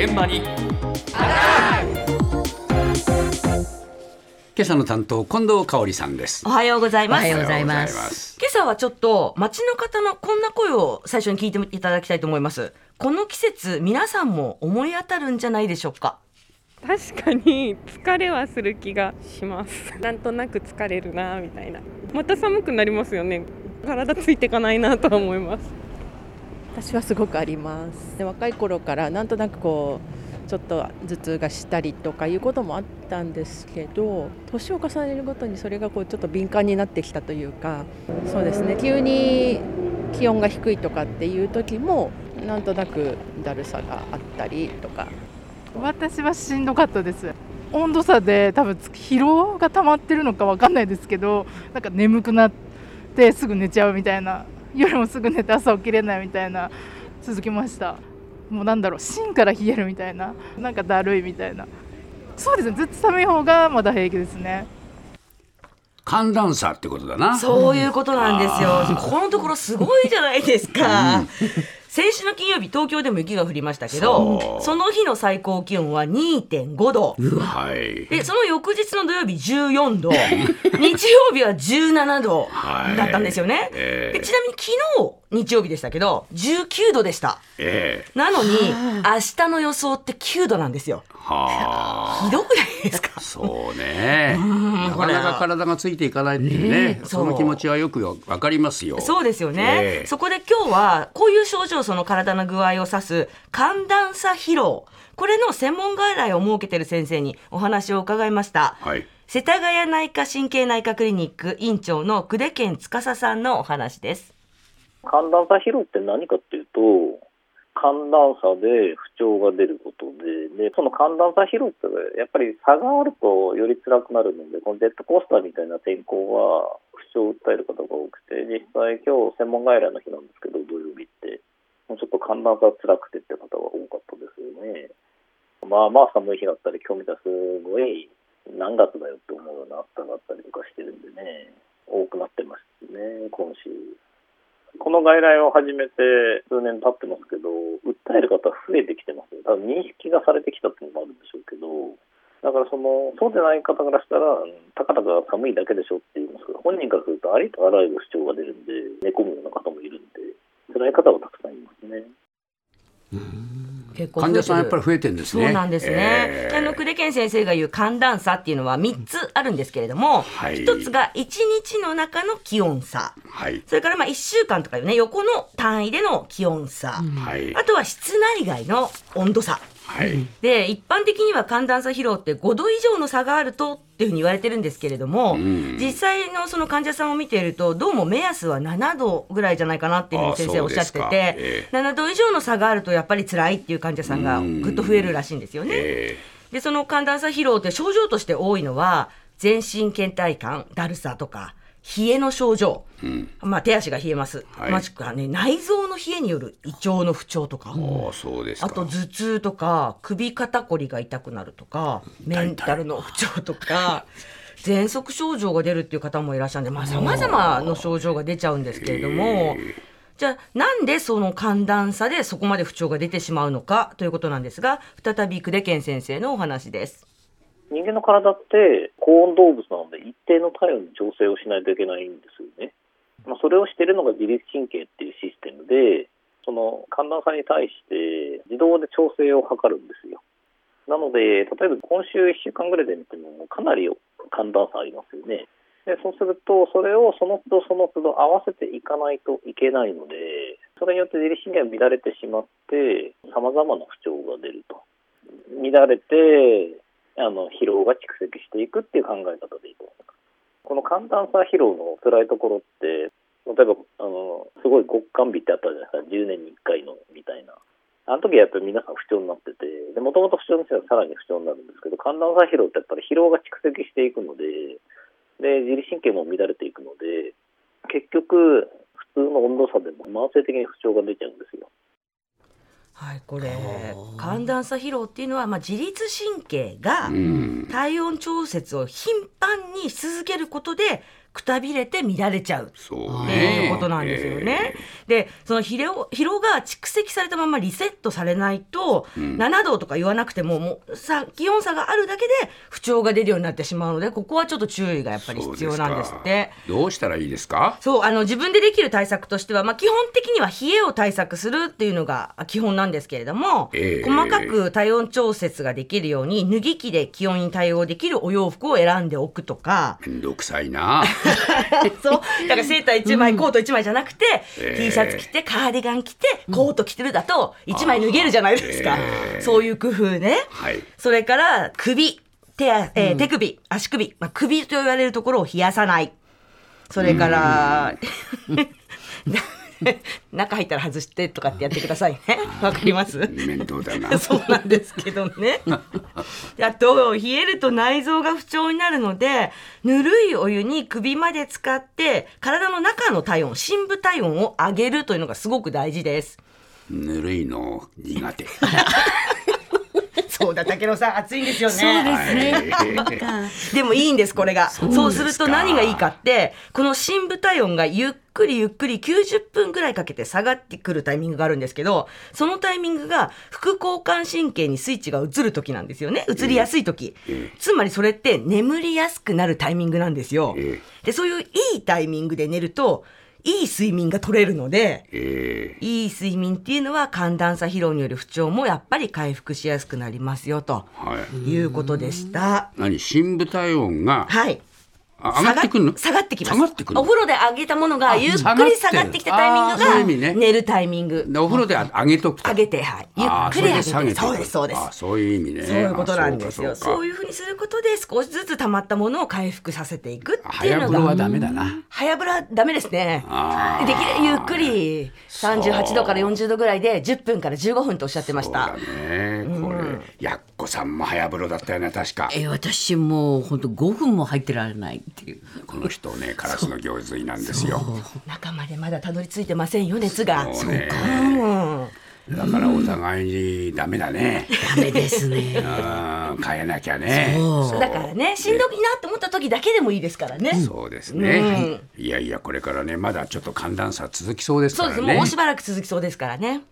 現場に今朝の担当近藤香織さんです。 おはようございます。 おはようございます。 今朝はちょっと街の方のこんな声を最初に聞いていただきたいと思います。この季節皆さんも思い当たるんじゃないでしょうか。 確かに疲れはする気がします。なんとなく疲れるなみたいな。また寒くなりますよね。体ついていかないなとは思います。 私はすごくあります。で、若い頃からなんとなくちょっと頭痛がしたりとかいうこともあったんですけど、年を重ねるごとにそれがちょっと敏感になってきたというか、そうですね、急に気温が低いとかっていう時もなんとなくだるさがあったりとか。 私はしんどかったです。温度差で多分疲労が溜まってるのか分かんないですけど、なんか眠くなってすぐ寝ちゃうみたいな、夜もすぐ寝て朝起きれないみたいな続きました。もう芯から冷えるみたいな、なんかだるいみたいな。そうですね、ずっと寒い方がまだ平気ですね。 寒暖差ってことだな。 そういうことなんですよ。ここのところすごいじゃないですか。先週の金曜日東京でも雪が降りましたけど、その日の最高気温は 2.5 度、 はい、 でその翌日の土曜日14度日曜日は17度だったんですよね、でちなみに昨日日曜日でしたけど19度でした、なのに明日の予想って9度なんですよ。ひどくないですか。 そうね、なかなか体がついていかないっていうね、その気持ちはよくわかりますよ。 そうですよね、そこで今日はこういう症状、その体の具合を指す寒暖差疲労、これの専門外来を設けている先生にお話を伺いました、世田谷内科神経内科クリニック院長の久手堅司さんのお話です。 寒暖差疲労って何かっていうと、寒暖差で不調が出ることで、その寒暖差疲労ってやっぱり差があるとより辛くなるので、このジェットコースターみたいな天候は不調を訴える方が多くて、実際今日専門外来の日なんですけど、土曜日ってもうちょっと寒暖差辛くてって方が多かったですよね。まあまあ寒い日だったり、今日見たらすごい何月だよって思うような暑さがあったりとかしてるんでね、多くなってますね、今週。この外来を始めて数年経ってますけど、訴える方増えてきてます。多分認識がされてきたっていうのもあるんでしょうけど、だからそうでない方からしたら、たかだか寒いだけでしょって言いますけど、本人からするとありとあらゆる不調が出るんで、寝込むような方もいるんで、辛い方はたくさんいますね。 結構患者さんやっぱり増えてるんですね。 そうなんですね、久手堅先生が言う寒暖差っていうのは3つあるんですけれども、1つが1日の中の気温差、それから1週間とかいうね、横の単位での気温差、あとは室内外の温度差、で一般的には寒暖差疲労って5度以上の差があるとっていうふうに言われてるんですけれども、実際のその患者さんを見ているとどうも目安は7度ぐらいじゃないかなっていうふうに先生おっしゃってて、7度以上の差があるとやっぱり辛いっていう患者さんがぐっと増えるらしいんですよね。でその寒暖差疲労って症状として多いのは全身倦怠感、だるさとか冷えの症状、手足が冷えます、もしくはね、内臓の冷えによる胃腸の不調とか、あと頭痛とか首肩こりが痛くなるとか、メンタルの不調とか喘息症状が出るっていう方もいらっしゃるんで、様々な症状が出ちゃうんですけれども、じゃあなんでその寒暖差でそこまで不調が出てしまうのかということなんですが、再び久手堅先生のお話です。 人間の体って高温動物なので一定の体温に調整をしないといけないんですよね。それをしているのが自律神経っていうシステムで、その寒暖差に対して自動で調整を図るんですよ。なので例えば今週1週間ぐらいで見てもかなり寒暖差ありますよね。でそうするとそれをその都度その都度合わせていかないといけないので、それによって自律神経が乱れてしまって様々な不調が出ると。乱れて疲労が蓄積していくっていう考え方でいいと思います。この寒暖差疲労の辛いところって、例えばすごい極寒日ってあったじゃないですか、10年に1回のみたいな。あの時はやっぱり皆さん不調になってて、でもともと不調の人はさらに不調になるんですけど、寒暖差疲労ってやっぱり疲労が蓄積していくので、自律神経も乱れていくので、結局普通の温度差でも慢性的に不調が出ちゃうんですよ。 これ寒暖差疲労っていうのは、自律神経が体温調節を頻繁にし続けることでくたびれて乱れちゃうそうっていうことなんですよね。でその疲労が蓄積されたままリセットされないと、7度とか言わなくても、もう気温差があるだけで不調が出るようになってしまうので、ここはちょっと注意がやっぱり必要なんですって。 どうしたらいいですか？ そう自分でできる対策としては、基本的には冷えを対策するっていうのが基本なんですけれども、細かく体温調節ができるように脱ぎ着で気温に対応できるお洋服を選んでおくとか。 めんどくさいなそうだからセーター1枚、コート1枚じゃなくて、T シャツ着てカーディガン着てコート着てるだと1枚脱げるじゃないですか。そういう工夫ね、それから首、手首、足首、首と言われるところを冷やさない。それから中入ったら外してとかってやってくださいね。わかります？ 面倒だな。 そうなんですけどね。あと冷えると内臓が不調になるので、ぬるいお湯に首まで浸かって体の中の体温、深部体温を上げるというのがすごく大事です。 ぬるいの苦手。 そうだ、竹野さん暑いんですよね。 そうですね。 でもいいんです、これが。そうすると何がいいかって、この深部体温がゆっくり90分ぐらいかけて下がってくるタイミングがあるんですけど、そのタイミングが副交感神経にスイッチが移る時なんですよね。移りやすい時。つまりそれって眠りやすくなるタイミングなんですよ。で、そういういいタイミングで寝ると、いい睡眠が取れるので、いい睡眠っていうのは寒暖差疲労による不調もやっぱり回復しやすくなりますよと、いうことでした。 深部体温が、 上がってくるの？下がってきます。お風呂で上げたものがゆっくり下がってきたタイミングが寝るタイミング。 お風呂で上げとくと。 上げて、ゆっくり上げて。そうです、そうです。 そういう意味ね。 そういうことなんですよ。そういうふうにすることで少しずつ溜まったものを回復させていくっていうのが。 早風呂はダメだな。 早風呂はダメですね。できるゆっくり38度から40度ぐらいで10分から15分とおっしゃってました。 そうだね。これ、やっこさんも早風呂だったよね、確か。 私もう本当5分も入ってられないっていう。 この人ね、カラスの行水なんですよ。 中までまだたどり着いてませんよ、熱が。 そうね。だからお互いにダメだね。 ダメですね。 変えなきゃね。 だからね、しんどいなって思った時だけでもいいですからね。 そうですね。いやいや、これからね、まだちょっと寒暖差続きそうですからね。 そうです、もうしばらく続きそうですからね。